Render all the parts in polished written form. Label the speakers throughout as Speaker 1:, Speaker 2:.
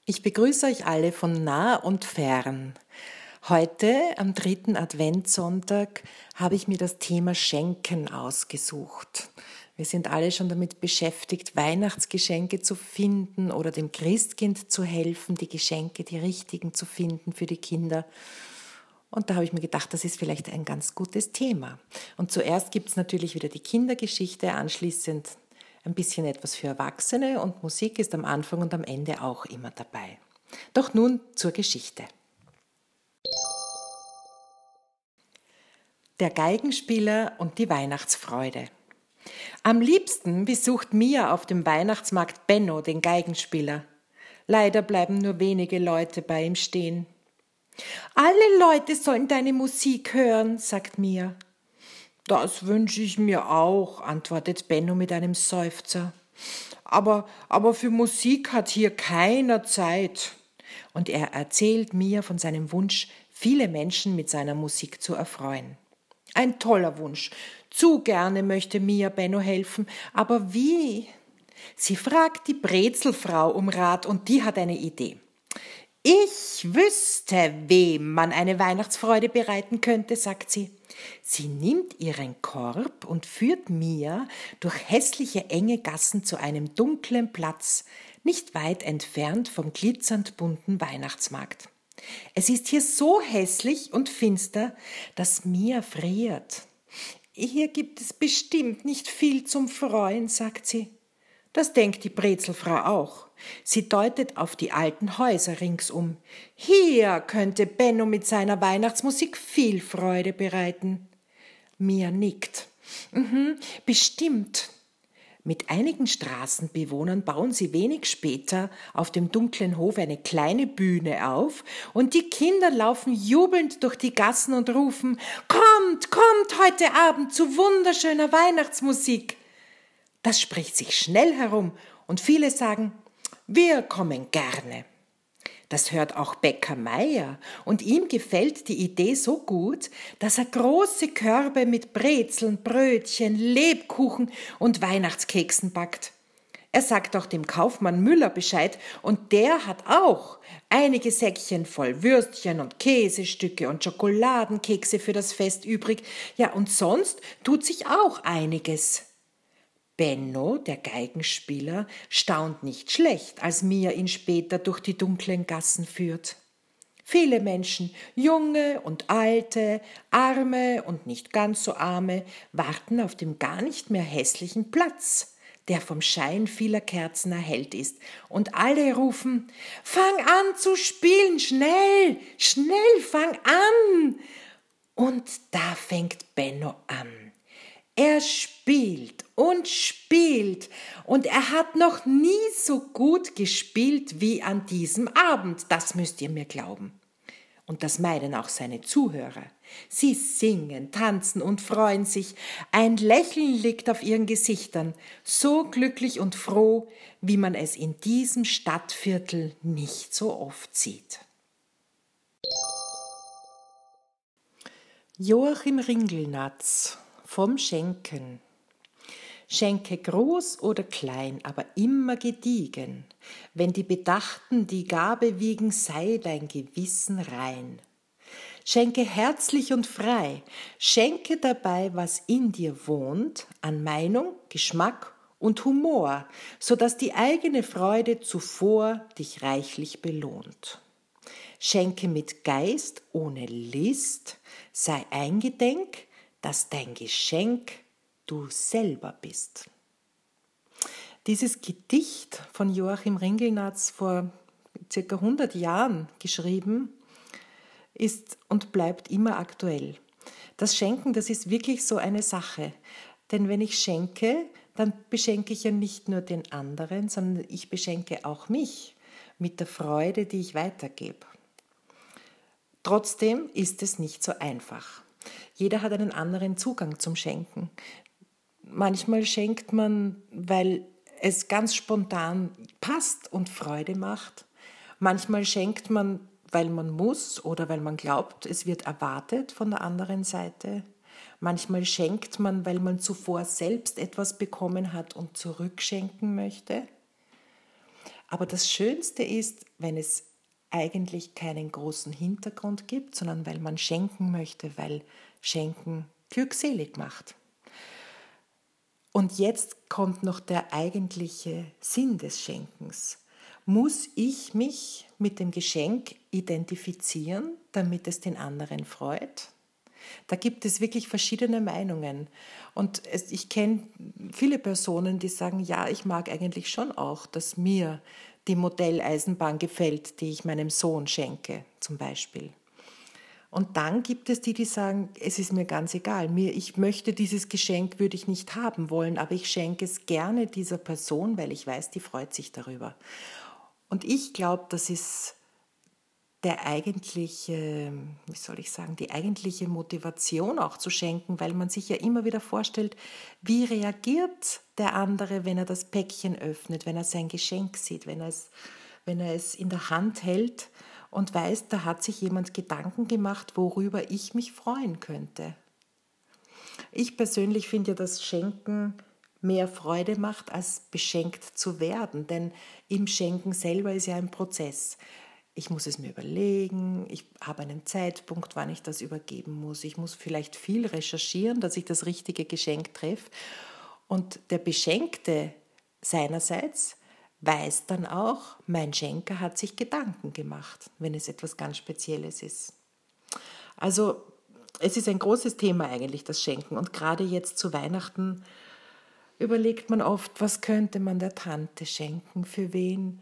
Speaker 1: Ich begrüße euch alle von nah und fern. Heute, am 3. Adventssonntag, habe ich mir das Thema Schenken ausgesucht. Wir sind alle schon damit beschäftigt, Weihnachtsgeschenke zu finden oder dem Christkind zu helfen, die Geschenke, die richtigen zu finden für die Kinder. Und da habe ich mir gedacht, das ist vielleicht ein ganz gutes Thema. Und zuerst gibt es natürlich wieder die Kindergeschichte, anschließend ein bisschen etwas für Erwachsene und Musik ist am Anfang und am Ende auch immer dabei. Doch nun zur Geschichte. Der Geigenspieler und die Weihnachtsfreude. Am liebsten besucht Mia auf dem Weihnachtsmarkt Benno, den Geigenspieler. Leider bleiben nur wenige Leute bei ihm stehen. Alle Leute sollen deine Musik hören, sagt Mia. Das wünsche ich mir auch, antwortet Benno mit einem Seufzer. Aber für Musik hat hier keiner Zeit. Und er erzählt Mia von seinem Wunsch, viele Menschen mit seiner Musik zu erfreuen. Ein toller Wunsch. Zu gerne möchte Mia Benno helfen, aber wie? Sie fragt die Brezelfrau um Rat und die hat eine Idee. Ich wüsste, wem man eine Weihnachtsfreude bereiten könnte, sagt sie. Sie nimmt ihren Korb und führt Mia durch hässliche enge Gassen zu einem dunklen Platz, nicht weit entfernt vom glitzernd bunten Weihnachtsmarkt. Es ist hier so hässlich und finster, dass Mia friert. Hier gibt es bestimmt nicht viel zum Freuen, sagt sie. Das denkt die Brezelfrau auch. Sie deutet auf die alten Häuser ringsum. Hier könnte Benno mit seiner Weihnachtsmusik viel Freude bereiten. Mia nickt. Bestimmt. Mit einigen Straßenbewohnern bauen sie wenig später auf dem dunklen Hof eine kleine Bühne auf und die Kinder laufen jubelnd durch die Gassen und rufen: Kommt, kommt heute Abend zu wunderschöner Weihnachtsmusik. Das spricht sich schnell herum und viele sagen: Wir kommen gerne. Das hört auch Bäcker Meier und ihm gefällt die Idee so gut, dass er große Körbe mit Brezeln, Brötchen, Lebkuchen und Weihnachtskeksen backt. Er sagt auch dem Kaufmann Müller Bescheid und der hat auch einige Säckchen voll Würstchen und Käsestücke und Schokoladenkekse für das Fest übrig. Ja, und sonst tut sich auch einiges. Benno, der Geigenspieler, staunt nicht schlecht, als Mia ihn später durch die dunklen Gassen führt. Viele Menschen, junge und alte, arme und nicht ganz so arme, warten auf dem gar nicht mehr hässlichen Platz, der vom Schein vieler Kerzen erhellt ist, und alle rufen: Fang an zu spielen, schnell, schnell, fang an! Und da fängt Benno an. Er spielt und er hat noch nie so gut gespielt wie an diesem Abend, das müsst ihr mir glauben. Und das meinen auch seine Zuhörer. Sie singen, tanzen und freuen sich, ein Lächeln liegt auf ihren Gesichtern, so glücklich und froh, wie man es in diesem Stadtviertel nicht so oft sieht. Joachim Ringelnatz vom Schenken. Schenke groß oder klein, aber immer gediegen. Wenn die Bedachten die Gabe wiegen, sei dein Gewissen rein. Schenke herzlich und frei, schenke dabei, was in dir wohnt, an Meinung, Geschmack und Humor, so dass die eigene Freude zuvor dich reichlich belohnt. Schenke mit Geist, ohne List, sei eingedenk, dass dein Geschenk du selber bist. Dieses Gedicht von Joachim Ringelnatz vor ca. 100 Jahren geschrieben ist und bleibt immer aktuell. Das Schenken, das ist wirklich so eine Sache. Denn wenn ich schenke, dann beschenke ich ja nicht nur den anderen, sondern ich beschenke auch mich mit der Freude, die ich weitergebe. Trotzdem ist es nicht so einfach. Jeder hat einen anderen Zugang zum Schenken. Manchmal schenkt man, weil es ganz spontan passt und Freude macht. Manchmal schenkt man, weil man muss oder weil man glaubt, es wird erwartet von der anderen Seite. Manchmal schenkt man, weil man zuvor selbst etwas bekommen hat und zurückschenken möchte. Aber das Schönste ist, wenn es eigentlich keinen großen Hintergrund gibt, sondern weil man schenken möchte, weil Schenken glückselig macht. Und jetzt kommt noch der eigentliche Sinn des Schenkens. Muss ich mich mit dem Geschenk identifizieren, damit es den anderen freut? Da gibt es wirklich verschiedene Meinungen. Und ich kenne viele Personen, die sagen, ja, ich mag eigentlich schon auch, dass mir die Modelleisenbahn gefällt, die ich meinem Sohn schenke, zum Beispiel. Und dann gibt es die, die sagen, es ist mir ganz egal, ich möchte dieses Geschenk, würde ich nicht haben wollen, aber ich schenke es gerne dieser Person, weil ich weiß, die freut sich darüber. Und ich glaube, das ist die eigentliche Motivation auch zu schenken, weil man sich ja immer wieder vorstellt, wie reagiert der andere, wenn er das Päckchen öffnet, wenn er sein Geschenk sieht, wenn er es in der Hand hält und weiß, da hat sich jemand Gedanken gemacht, worüber ich mich freuen könnte. Ich persönlich finde ja, dass Schenken mehr Freude macht, als beschenkt zu werden, denn im Schenken selber ist ja ein Prozess. Ich muss es mir überlegen, ich habe einen Zeitpunkt, wann ich das übergeben muss. Ich muss vielleicht viel recherchieren, dass ich das richtige Geschenk treffe. Und der Beschenkte seinerseits weiß dann auch, mein Schenker hat sich Gedanken gemacht, wenn es etwas ganz Spezielles ist. Also es ist ein großes Thema eigentlich, das Schenken. Und gerade jetzt zu Weihnachten überlegt man oft, was könnte man der Tante schenken, für wen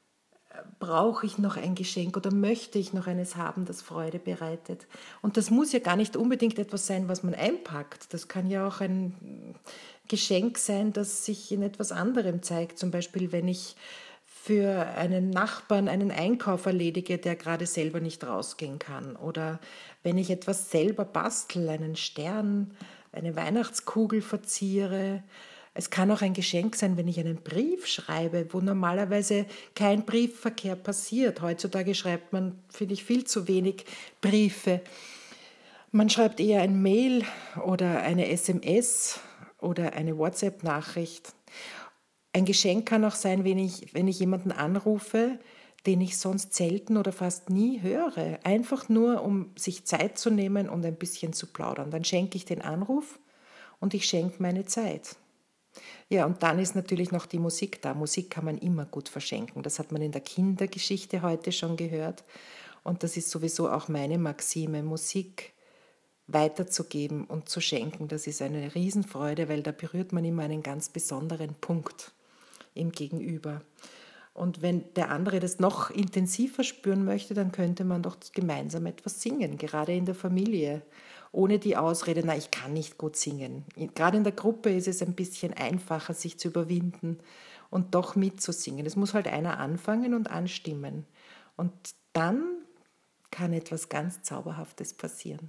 Speaker 1: brauche ich noch ein Geschenk oder möchte ich noch eines haben, das Freude bereitet. Und das muss ja gar nicht unbedingt etwas sein, was man einpackt. Das kann ja auch ein Geschenk sein, das sich in etwas anderem zeigt. Zum Beispiel, wenn ich für einen Nachbarn einen Einkauf erledige, der gerade selber nicht rausgehen kann. Oder wenn ich etwas selber bastel, einen Stern, eine Weihnachtskugel verziere. Es kann auch ein Geschenk sein, wenn ich einen Brief schreibe, wo normalerweise kein Briefverkehr passiert. Heutzutage schreibt man, finde ich, viel zu wenig Briefe. Man schreibt eher ein Mail oder eine SMS oder eine WhatsApp-Nachricht. Ein Geschenk kann auch sein, wenn ich jemanden anrufe, den ich sonst selten oder fast nie höre. Einfach nur, um sich Zeit zu nehmen und ein bisschen zu plaudern. Dann schenke ich den Anruf und ich schenke meine Zeit. Ja, und dann ist natürlich noch die Musik da. Musik kann man immer gut verschenken. Das hat man in der Kindergeschichte heute schon gehört. Und das ist sowieso auch meine Maxime, Musik weiterzugeben und zu schenken. Das ist eine Riesenfreude, weil da berührt man immer einen ganz besonderen Punkt im Gegenüber. Und wenn der andere das noch intensiver spüren möchte, dann könnte man doch gemeinsam etwas singen, gerade in der Familie. Ohne die Ausrede, na, ich kann nicht gut singen. Gerade in der Gruppe ist es ein bisschen einfacher, sich zu überwinden und doch mitzusingen. Es muss halt einer anfangen und anstimmen. Und dann kann etwas ganz Zauberhaftes passieren.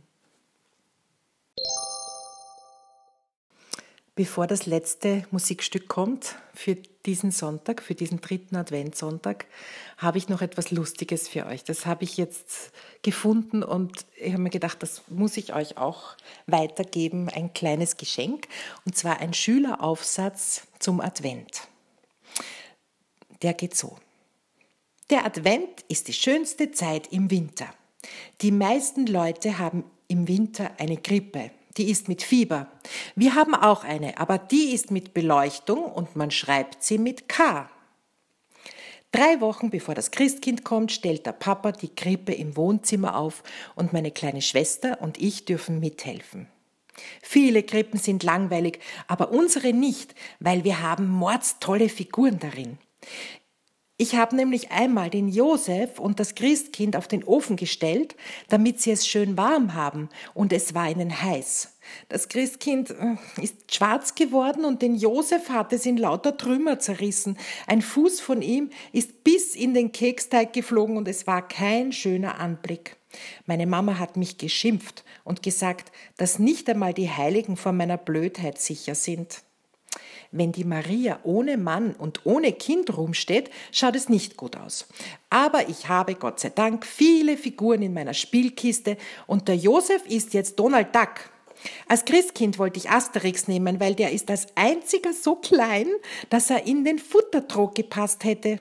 Speaker 1: Bevor das letzte Musikstück kommt für diesen Sonntag, für diesen 3. Adventssonntag, habe ich noch etwas Lustiges für euch. Das habe ich jetzt gefunden und ich habe mir gedacht, das muss ich euch auch weitergeben, ein kleines Geschenk. Und zwar ein Schüleraufsatz zum Advent. Der geht so. Der Advent ist die schönste Zeit im Winter. Die meisten Leute haben im Winter eine Grippe. Die ist mit Fieber. Wir haben auch eine, aber die ist mit Beleuchtung und man schreibt sie mit K. 3 Wochen bevor das Christkind kommt, stellt der Papa die Krippe im Wohnzimmer auf und meine kleine Schwester und ich dürfen mithelfen. Viele Krippen sind langweilig, aber unsere nicht, weil wir haben mordstolle Figuren darin. Ich habe nämlich einmal den Josef und das Christkind auf den Ofen gestellt, damit sie es schön warm haben, und es war ihnen heiß. Das Christkind ist schwarz geworden und den Josef hat es in lauter Trümmer zerrissen. Ein Fuß von ihm ist bis in den Keksteig geflogen und es war kein schöner Anblick. Meine Mama hat mich geschimpft und gesagt, dass nicht einmal die Heiligen vor meiner Blödheit sicher sind. Wenn die Maria ohne Mann und ohne Kind rumsteht, schaut es nicht gut aus. Aber ich habe Gott sei Dank viele Figuren in meiner Spielkiste und der Josef ist jetzt Donald Duck. Als Christkind wollte ich Asterix nehmen, weil der ist als einziger so klein, dass er in den Futtertrog gepasst hätte.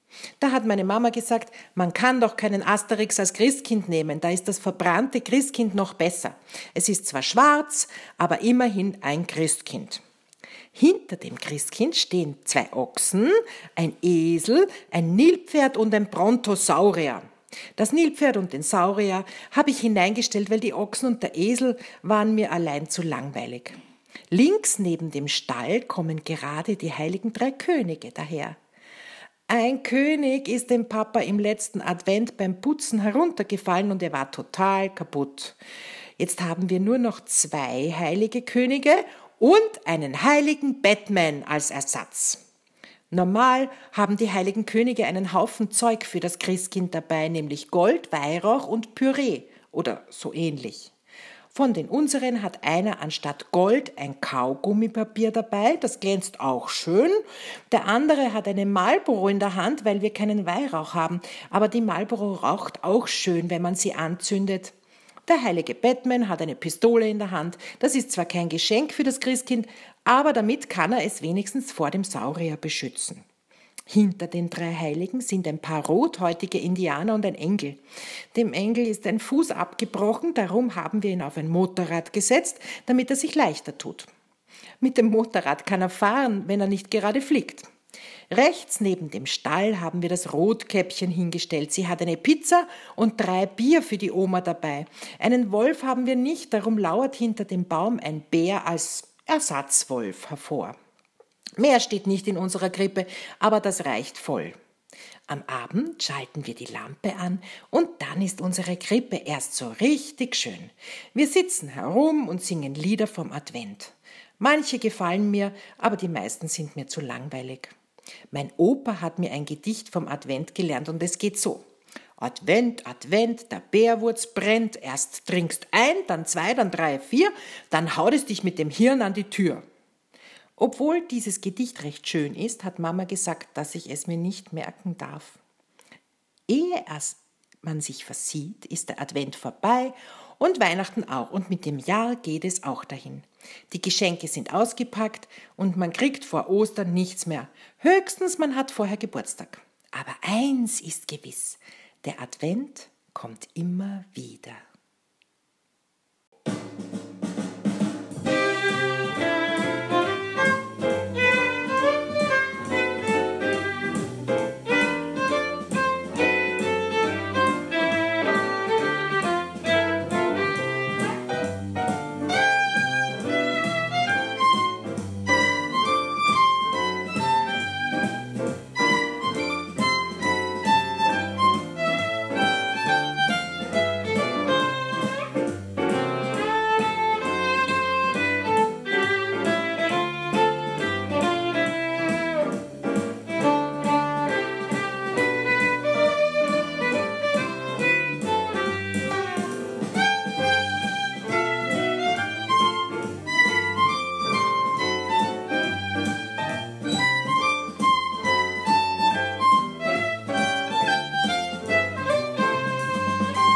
Speaker 1: Da hat meine Mama gesagt, man kann doch keinen Asterix als Christkind nehmen, da ist das verbrannte Christkind noch besser. Es ist zwar schwarz, aber immerhin ein Christkind. Hinter dem Christkind stehen 2 Ochsen, ein Esel, ein Nilpferd und ein Brontosaurier. Das Nilpferd und den Saurier habe ich hineingestellt, weil die Ochsen und der Esel waren mir allein zu langweilig. Links neben dem Stall kommen gerade die heiligen 3 Könige daher. Ein König ist dem Papa im letzten Advent beim Putzen heruntergefallen und er war total kaputt. Jetzt haben wir nur noch 2 heilige Könige und einen heiligen Batman als Ersatz. Normal haben die heiligen Könige einen Haufen Zeug für das Christkind dabei, nämlich Gold, Weihrauch und Püree oder so ähnlich. Von den unseren hat einer anstatt Gold ein Kaugummipapier dabei, das glänzt auch schön. Der andere hat eine Marlboro in der Hand, weil wir keinen Weihrauch haben, aber die Marlboro raucht auch schön, wenn man sie anzündet. Der heilige Batman hat eine Pistole in der Hand. Das ist zwar kein Geschenk für das Christkind, aber damit kann er es wenigstens vor dem Saurier beschützen. Hinter den 3 Heiligen sind ein paar rothäutige Indianer und ein Engel. Dem Engel ist ein Fuß abgebrochen, darum haben wir ihn auf ein Motorrad gesetzt, damit er sich leichter tut. Mit dem Motorrad kann er fahren, wenn er nicht gerade fliegt. Rechts neben dem Stall haben wir das Rotkäppchen hingestellt. Sie hat eine Pizza und 3 Bier für die Oma dabei. Einen Wolf haben wir nicht, darum lauert hinter dem Baum ein Bär als Ersatzwolf hervor. Mehr steht nicht in unserer Krippe, aber das reicht voll. Am Abend schalten wir die Lampe an und dann ist unsere Krippe erst so richtig schön. Wir sitzen herum und singen Lieder vom Advent. Manche gefallen mir, aber die meisten sind mir zu langweilig. Mein Opa hat mir ein Gedicht vom Advent gelernt und es geht so. Advent, Advent, der Bärwurz brennt, erst trinkst 1, dann 2, dann 3, 4, dann haut es dich mit dem Hirn an die Tür. Obwohl dieses Gedicht recht schön ist, hat Mama gesagt, dass ich es mir nicht merken darf. Ehe erst man sich versieht, ist der Advent vorbei und Weihnachten auch. Und mit dem Jahr geht es auch dahin. Die Geschenke sind ausgepackt und man kriegt vor Ostern nichts mehr. Höchstens man hat vorher Geburtstag. Aber eins ist gewiss, der Advent kommt immer wieder.